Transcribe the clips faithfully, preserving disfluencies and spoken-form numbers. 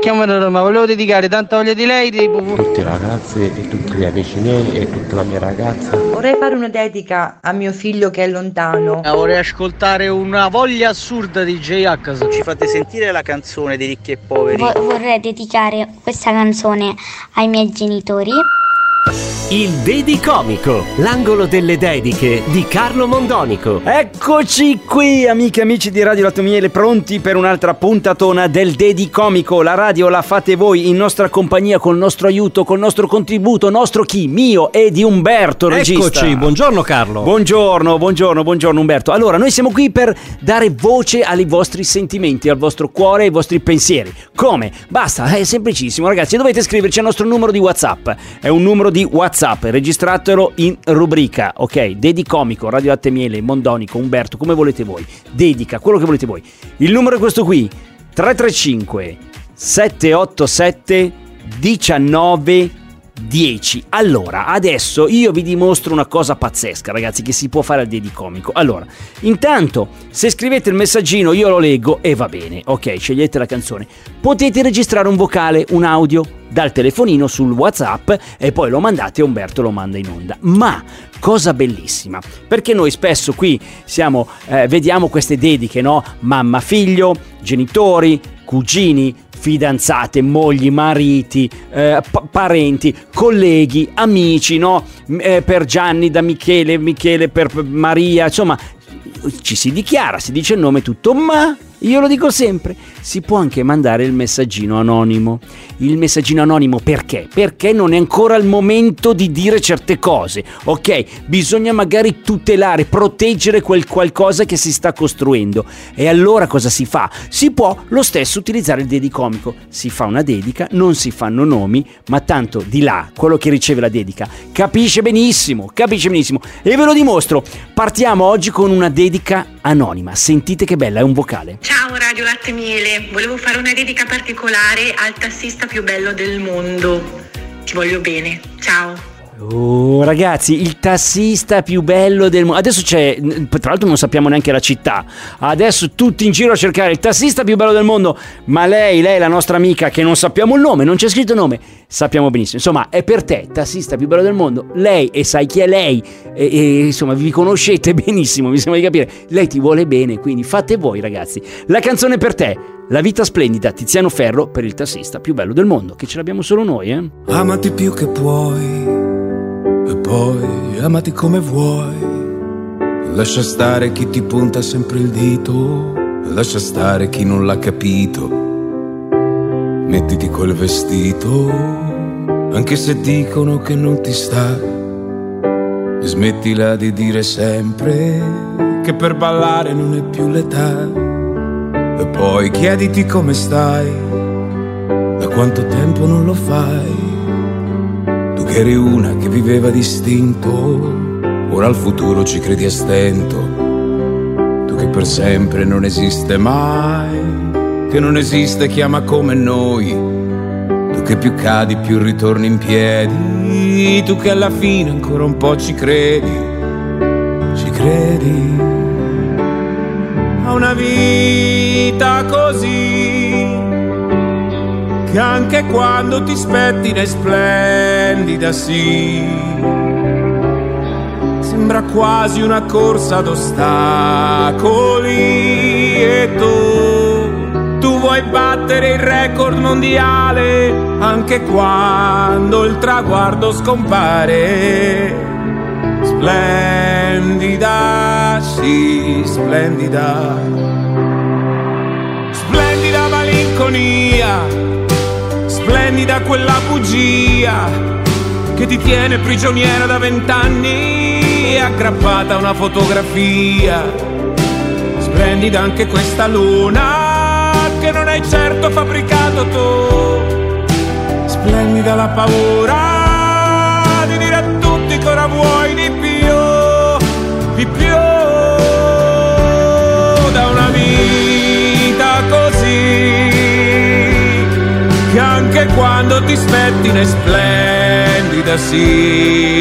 chiamo da Roma, volevo dedicare tanta voglia di lei tutte le ragazze e tutti gli amici miei e tutta la mia ragazza. Vorrei fare una dedica a mio figlio che è lontano. Vorrei ascoltare una voglia assurda di J-H. Ci fate sentire la canzone dei ricchi e poveri? Vo- vorrei dedicare questa canzone ai miei genitori. Il Dedicomico, l'angolo delle dediche di Carlo Mondonico. Eccoci qui, amiche e amici di Radio Latte Miele, pronti per un'altra puntatona del Dedicomico. La radio la fate voi in nostra compagnia, col nostro aiuto, col nostro contributo, nostro chi? Mio e di Umberto, regista. Eccoci, buongiorno Carlo. Buongiorno, buongiorno, buongiorno Umberto. Allora, noi siamo qui per dare voce ai vostri sentimenti, al vostro cuore, ai vostri pensieri. Come? Basta, è semplicissimo, ragazzi. Dovete scriverci al nostro numero di WhatsApp. È un numero di WhatsApp, registratelo in rubrica, ok? Dedicomico, Radio Latte Miele, Mondonico, Umberto, come volete voi. Dedica, quello che volete voi. Il numero è questo qui: tre tre cinque sette otto sette uno nove dieci. Allora, adesso io vi dimostro una cosa pazzesca, ragazzi, che si può fare al Dedicomico. Allora, intanto, se scrivete il messaggino io lo leggo e va bene, ok? Scegliete la canzone. Potete registrare un vocale, un audio dal telefonino sul WhatsApp e poi lo mandate e Umberto lo manda in onda. Ma cosa bellissima, perché noi spesso qui siamo eh, vediamo queste dediche, no? Mamma, figlio, genitori, cugini, fidanzate, mogli, mariti, eh, pa- parenti, colleghi, amici, no? Eh, per Gianni da Michele, Michele per Maria, insomma ci si dichiara, si dice il nome tutto, ma io lo dico sempre, si può anche mandare il messaggino anonimo. Il messaggino anonimo perché? Perché non è ancora il momento di dire certe cose, ok? Bisogna magari tutelare, proteggere quel qualcosa che si sta costruendo. E allora cosa si fa? Si può lo stesso utilizzare il Dedicomico. Si fa una dedica, non si fanno nomi, ma tanto di là, quello che riceve la dedica, capisce benissimo, capisce benissimo. E ve lo dimostro. Partiamo oggi con una dedica anonima. Sentite che bella, è un vocale. Ciao Radio Latte Miele, volevo fare una dedica particolare al tassista più bello del mondo. Ti voglio bene, ciao. Oh, ragazzi, il tassista più bello del mondo. Adesso c'è, tra l'altro non sappiamo neanche la città. Adesso tutti in giro a cercare il tassista più bello del mondo. Ma lei, lei la nostra amica che non sappiamo il nome, non c'è scritto il nome, sappiamo benissimo. Insomma, è per te, tassista più bello del mondo. Lei, e sai chi è lei, e, e insomma vi conoscete benissimo, mi sembra di capire. Lei ti vuole bene, quindi fate voi, ragazzi. La canzone per te, La vita splendida, Tiziano Ferro, per il tassista più bello del mondo, che ce l'abbiamo solo noi, eh. Amati più che puoi e poi amati come vuoi. Lascia stare chi ti punta sempre il dito, lascia stare chi non l'ha capito. Mettiti quel vestito, anche se dicono che non ti sta. E smettila di dire sempre che per ballare non è più l'età. E poi chiediti come stai, da quanto tempo non lo fai. Tu che eri una che viveva distinto, ora al futuro ci credi a stento. Tu che per sempre non esiste mai, che non esiste chi ama come noi. Tu che più cadi più ritorni in piedi. Tu che alla fine ancora un po' ci credi, ci credi a una vita così, che anche quando ti spettina è splendida, sì. Sembra quasi una corsa ad ostacoli e tu, tu vuoi battere il record mondiale anche quando il traguardo scompare. Splendida, sì, splendida. Splendida malinconia, splendida quella bugia che ti tiene prigioniera da vent'anni, aggrappata a una fotografia. Splendida anche questa luna che non hai certo fabbricato tu. Splendida la paura di dire a tutti che ora vuoi di più, di più. Da una vita così che anche quando ti spettina è splendida, sì.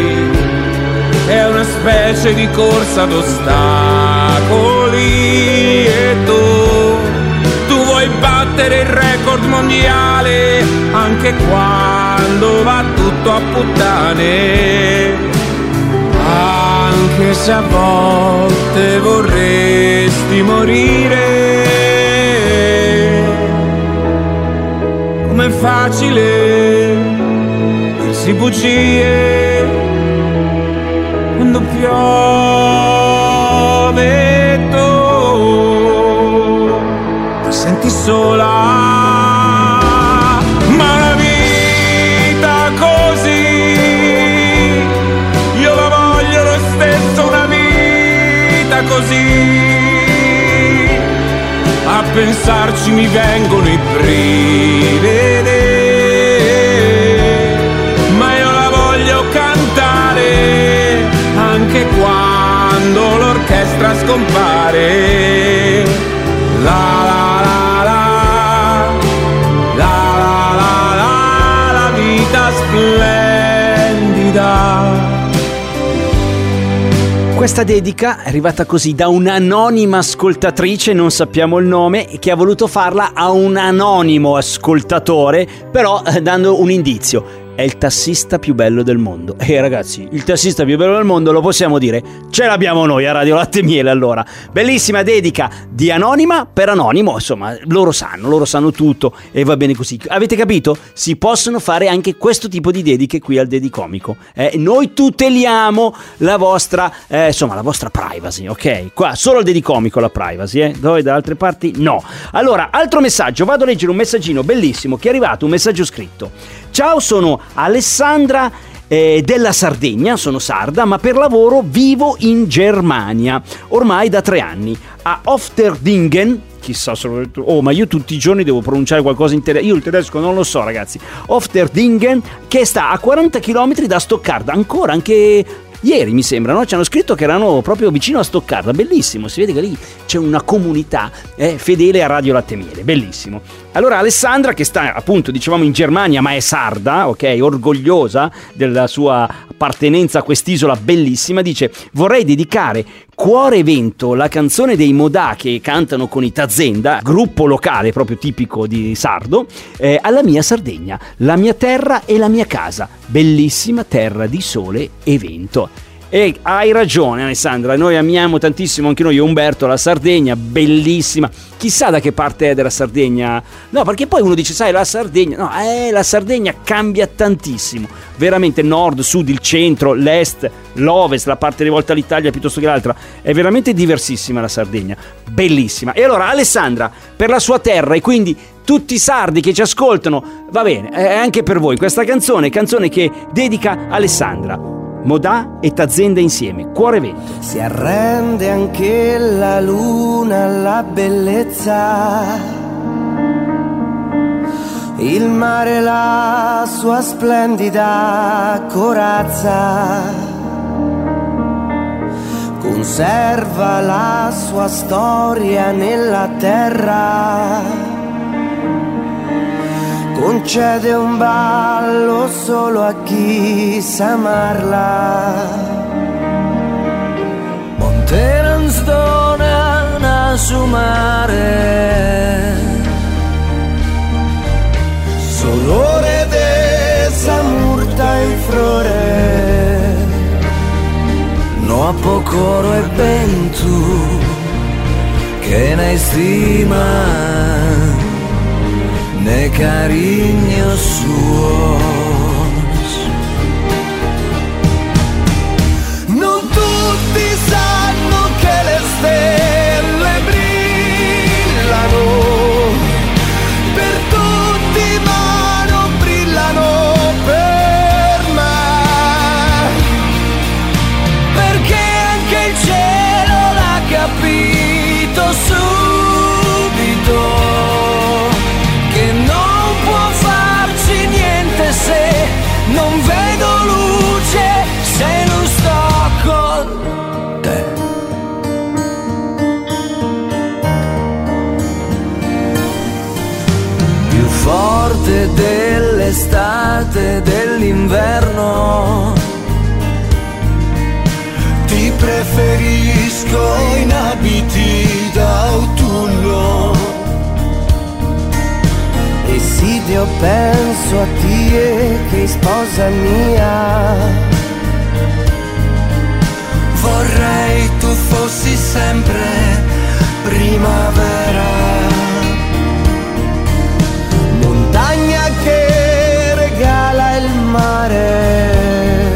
È una specie di corsa ad ostacoli e tu, tu vuoi battere battere il record mondiale anche quando va tutto a puttane, anche se a volte vorresti morire. Com'è facile dirsi bugie quando piove, tu ti senti sola, ma una vita così io la voglio lo stesso, una vita così. A pensarci mi vengono i brividi, ma io la voglio cantare anche quando l'orchestra scompare. La la la la, la la la la, la vita splendida. Questa dedica è arrivata così da un'anonima ascoltatrice, non sappiamo il nome, che ha voluto farla a un anonimo ascoltatore, però eh, dando un indizio. È il tassista più bello del mondo. E eh, ragazzi, il tassista più bello del mondo lo possiamo dire, ce l'abbiamo noi a Radio Latte e Miele. Allora, bellissima dedica di anonima per anonimo, insomma, loro sanno, loro sanno tutto e va bene così. Avete capito? Si possono fare anche questo tipo di dediche qui al Dedicomico. Eh, noi tuteliamo la vostra, eh, insomma, la vostra privacy, ok? Qua solo al Dedicomico la privacy, eh? Dove da altre parti no. Allora, altro messaggio, vado a leggere un messaggino bellissimo che è arrivato, un messaggio scritto. Ciao, sono Alessandra eh, della Sardegna, sono sarda, ma per lavoro vivo in Germania, ormai da tre anni, a Ofterdingen, chissà se... Oh, ma io tutti i giorni devo pronunciare qualcosa in tedesco, io il tedesco non lo so ragazzi, Ofterdingen, che sta a quaranta chilometri da Stoccarda, ancora anche... Ieri mi sembra, no? Ci hanno scritto che erano proprio vicino a Stoccarda, bellissimo, si vede che lì c'è una comunità eh, fedele a Radio Latte e Miele, bellissimo. Allora Alessandra, che sta appunto dicevamo in Germania ma è sarda, ok, orgogliosa della sua appartenenza a quest'isola bellissima, dice: vorrei dedicare Cuore Vento, la canzone dei Modà che cantano con i Tazenda, gruppo locale proprio tipico di sardo, eh, alla mia Sardegna, la mia terra e la mia casa, bellissima terra di sole e vento. E hai ragione Alessandra, noi amiamo tantissimo anche noi Umberto la Sardegna, bellissima. Chissà da che parte è della Sardegna. No, perché poi uno dice, sai, la Sardegna, no, eh, la Sardegna cambia tantissimo, veramente nord, sud, il centro, l'est, l'ovest, la parte rivolta all'Italia piuttosto che l'altra, è veramente diversissima la Sardegna, bellissima. E allora Alessandra, per la sua terra e quindi tutti i sardi che ci ascoltano, va bene, è anche per voi questa canzone, canzone che dedica Alessandra. Modà e Tazenda insieme, Cuore Vento. Si arrende anche la luna alla bellezza, il mare la sua splendida corazza, conserva la sua storia nella terra, concede un ballo solo a chi sa amarla. Monte non stona su mare, solore de samurta in flore, no a poco e ben tu che ne stima ne cariño suos. Non tutti sanno che le stelle brillano, per tutti ma non brillano per me, perché anche il cielo l'ha capito subito, se non vedo luce, se non sto con te. Più forte dell'estate, dell'inverno, ti preferisco in abiti d'autunno, radio penso a te che sposa mia. Vorrei tu fossi sempre primavera, montagna che regala il mare,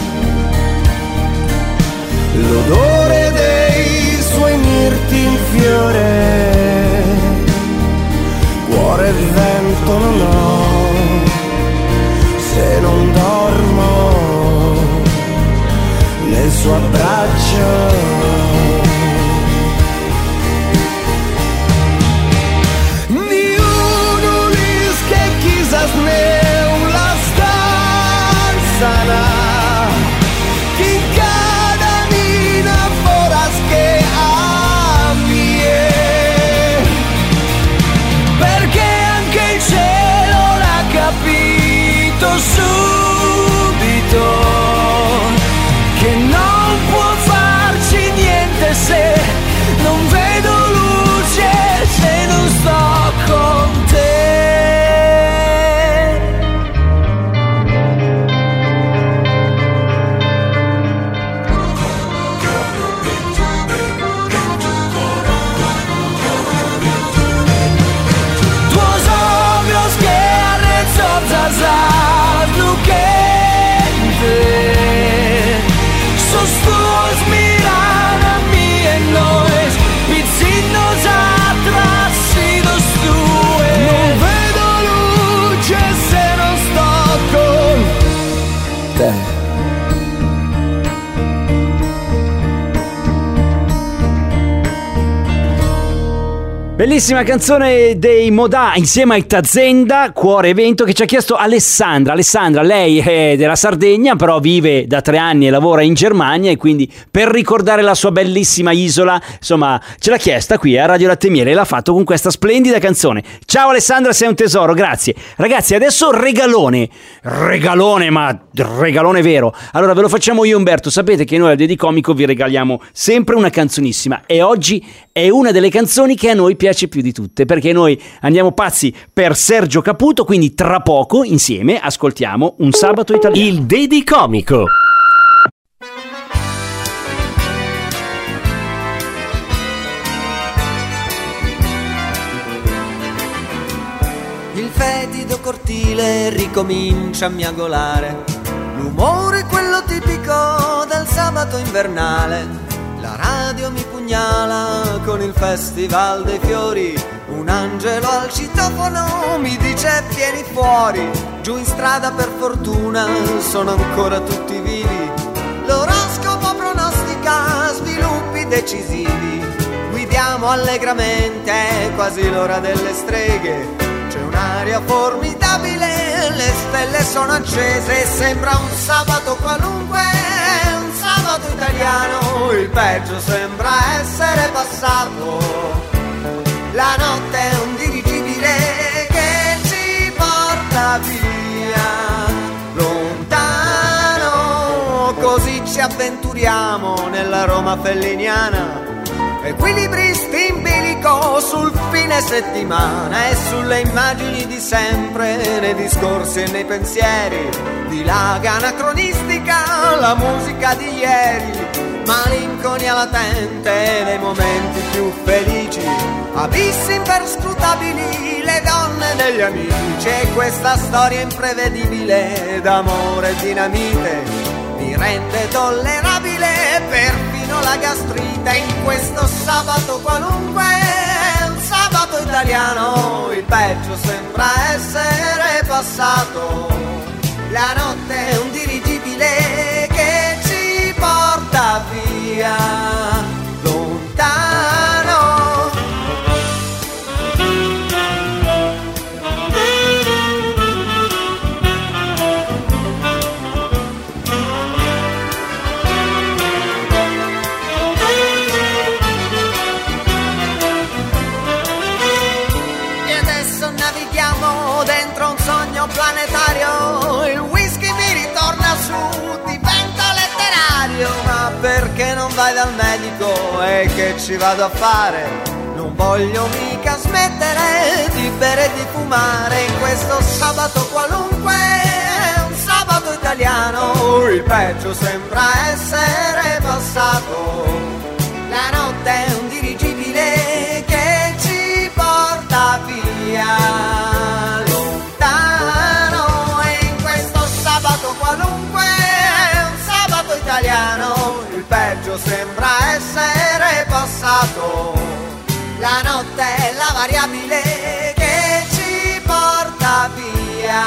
l'odore dei suoi mirti in fiore, cuore e vento non ho se non dormo nel suo abbraccio. Ni uno che quizás ne la stanza che cada mina foras che a mie, perché anche il cielo l'ha capito subito che non può farci niente se non vedo luce, se non sto con te. Tuos ojos que arrezos sos tuos mirada a mí en noes pizzinos atrasidos tues. Non vedo luce se non sto con te. Bellissima canzone dei Modà insieme ai Tazenda, Cuore e Vento, che ci ha chiesto Alessandra. Alessandra, lei è della Sardegna, però vive da tre anni e lavora in Germania, e quindi per ricordare la sua bellissima isola, insomma, ce l'ha chiesta qui a Radio Latte e Miele e l'ha fatto con questa splendida canzone. Ciao Alessandra, sei un tesoro, grazie. Ragazzi, adesso regalone, regalone, ma regalone vero. Allora ve lo facciamo io e Umberto. Sapete che noi al Dedicomico vi regaliamo sempre una canzonissima, e oggi è una delle canzoni che a noi piace più di tutte, perché noi andiamo pazzi per Sergio Caputo, quindi tra poco insieme ascoltiamo Un sabato italiano. Il Dedicomico. Il fetido cortile ricomincia a miagolare, l'umore è quello tipico del sabato invernale. La radio mi pugnala con il festival dei fiori, un angelo al citofono mi dice vieni fuori. Giù in strada per fortuna sono ancora tutti vivi, l'oroscopo pronostica sviluppi decisivi. Guidiamo allegramente, è quasi l'ora delle streghe, c'è un'aria formidabile, le stelle sono accese, sembra un sabato qualunque, un sabato italiano, il peggio sembra essere passato. La notte è un dirigibile che ci porta via lontano, così ci avventuriamo nella Roma felliniana. Equilibristi in bilico sul fine settimana e sulle immagini di sempre, nei discorsi e nei pensieri, dilaga anacronistica la musica di ieri, malinconia latente dei momenti più felici, abissi imperscrutabili le donne degli amici, e questa storia imprevedibile d'amore e dinamite mi rende tollerabile perfino la gastrite. In questo sabato qualunque, un sabato italiano, il peggio sembra essere passato. La notte è un dirigibile che ci porta via lontano. Planetario, il whisky mi ritorna su, diventa letterario. Ma perché non vai dal medico e che ci vado a fare? Non voglio mica smettere di bere e di fumare in questo sabato qualunque è un sabato italiano, il peggio sembra essere passato. La notte è un dirigibile che ci porta via lontano, e in questo sabato qualunque è un sabato italiano, il peggio sembra essere passato. La notte è la variabile che ci porta via,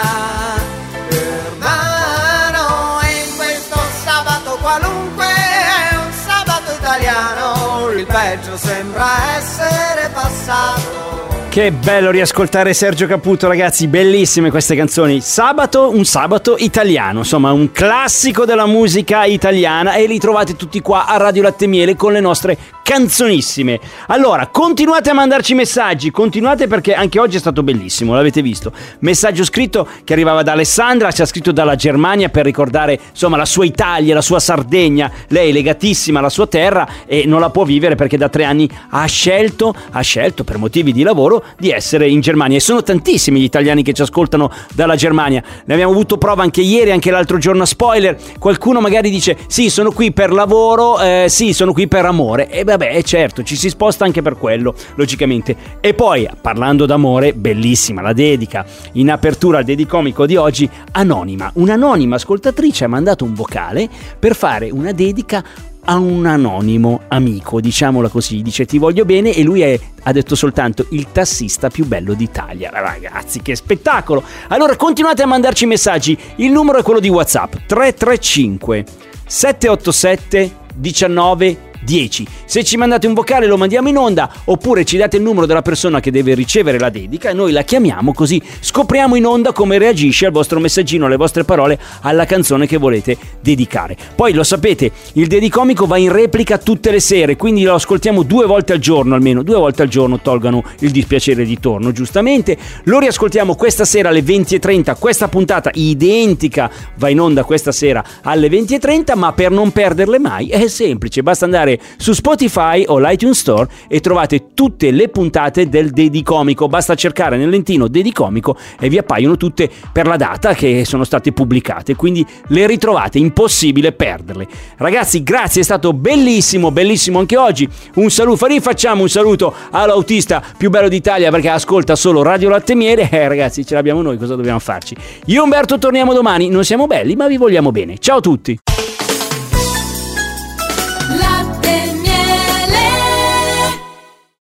hermano, e in questo sabato qualunque è un sabato italiano, il peggio sembra essere passato. Che bello riascoltare Sergio Caputo, ragazzi, bellissime queste canzoni. Sabato, un sabato italiano, insomma un classico della musica italiana, e li trovate tutti qua a Radio Latte e Miele con le nostre canzonissime. Allora, continuate a mandarci messaggi, continuate, perché anche oggi è stato bellissimo, l'avete visto. Messaggio scritto che arrivava da Alessandra, ci ha scritto dalla Germania per ricordare insomma la sua Italia, la sua Sardegna. Lei è legatissima alla sua terra e non la può vivere perché da tre anni ha scelto, ha scelto per motivi di lavoro di essere in Germania, e sono tantissimi gli italiani che ci ascoltano dalla Germania. Ne abbiamo avuto prova anche ieri, anche l'altro giorno a Spoiler. Qualcuno magari dice sì, sono qui per lavoro, eh, sì, sono qui per amore, e vabbè, certo, ci si sposta anche per quello, logicamente. E poi, parlando d'amore, bellissima la dedica in apertura al Dedicomico di oggi. Anonima, un'anonima ascoltatrice ha mandato un vocale per fare una dedica a un anonimo amico, diciamola così. Dice: ti voglio bene, e lui è, ha detto soltanto, il tassista più bello d'Italia. Ragazzi, che spettacolo! Allora continuate a mandarci messaggi, il numero è quello di WhatsApp tre tre cinque sette otto sette diciannove dieci. Se ci mandate un vocale lo mandiamo in onda, oppure ci date il numero della persona che deve ricevere la dedica e noi la chiamiamo, così scopriamo in onda come reagisce al vostro messaggino, alle vostre parole, alla canzone che volete dedicare. Poi lo sapete, il Dedicomico va in replica tutte le sere, quindi lo ascoltiamo due volte al giorno, almeno due volte al giorno, tolgano il dispiacere di torno, giustamente. Lo riascoltiamo questa sera alle venti e trenta, questa puntata identica va in onda questa sera alle venti e trenta, ma per non perderle mai è semplice, basta andare su Spotify o l'iTunes Store e trovate tutte le puntate del Dedicomico. Basta cercare nel lentino Dedicomico e vi appaiono tutte per la data che sono state pubblicate, quindi le ritrovate, impossibile perderle. Ragazzi, grazie, è stato bellissimo, bellissimo anche oggi. Un saluto, rifacciamo un saluto all'autista più bello d'Italia, perché ascolta solo Radio Latte e Miele. Eh ragazzi, ce l'abbiamo noi, cosa dobbiamo farci? Io e Umberto torniamo domani, non siamo belli ma vi vogliamo bene. Ciao a tutti.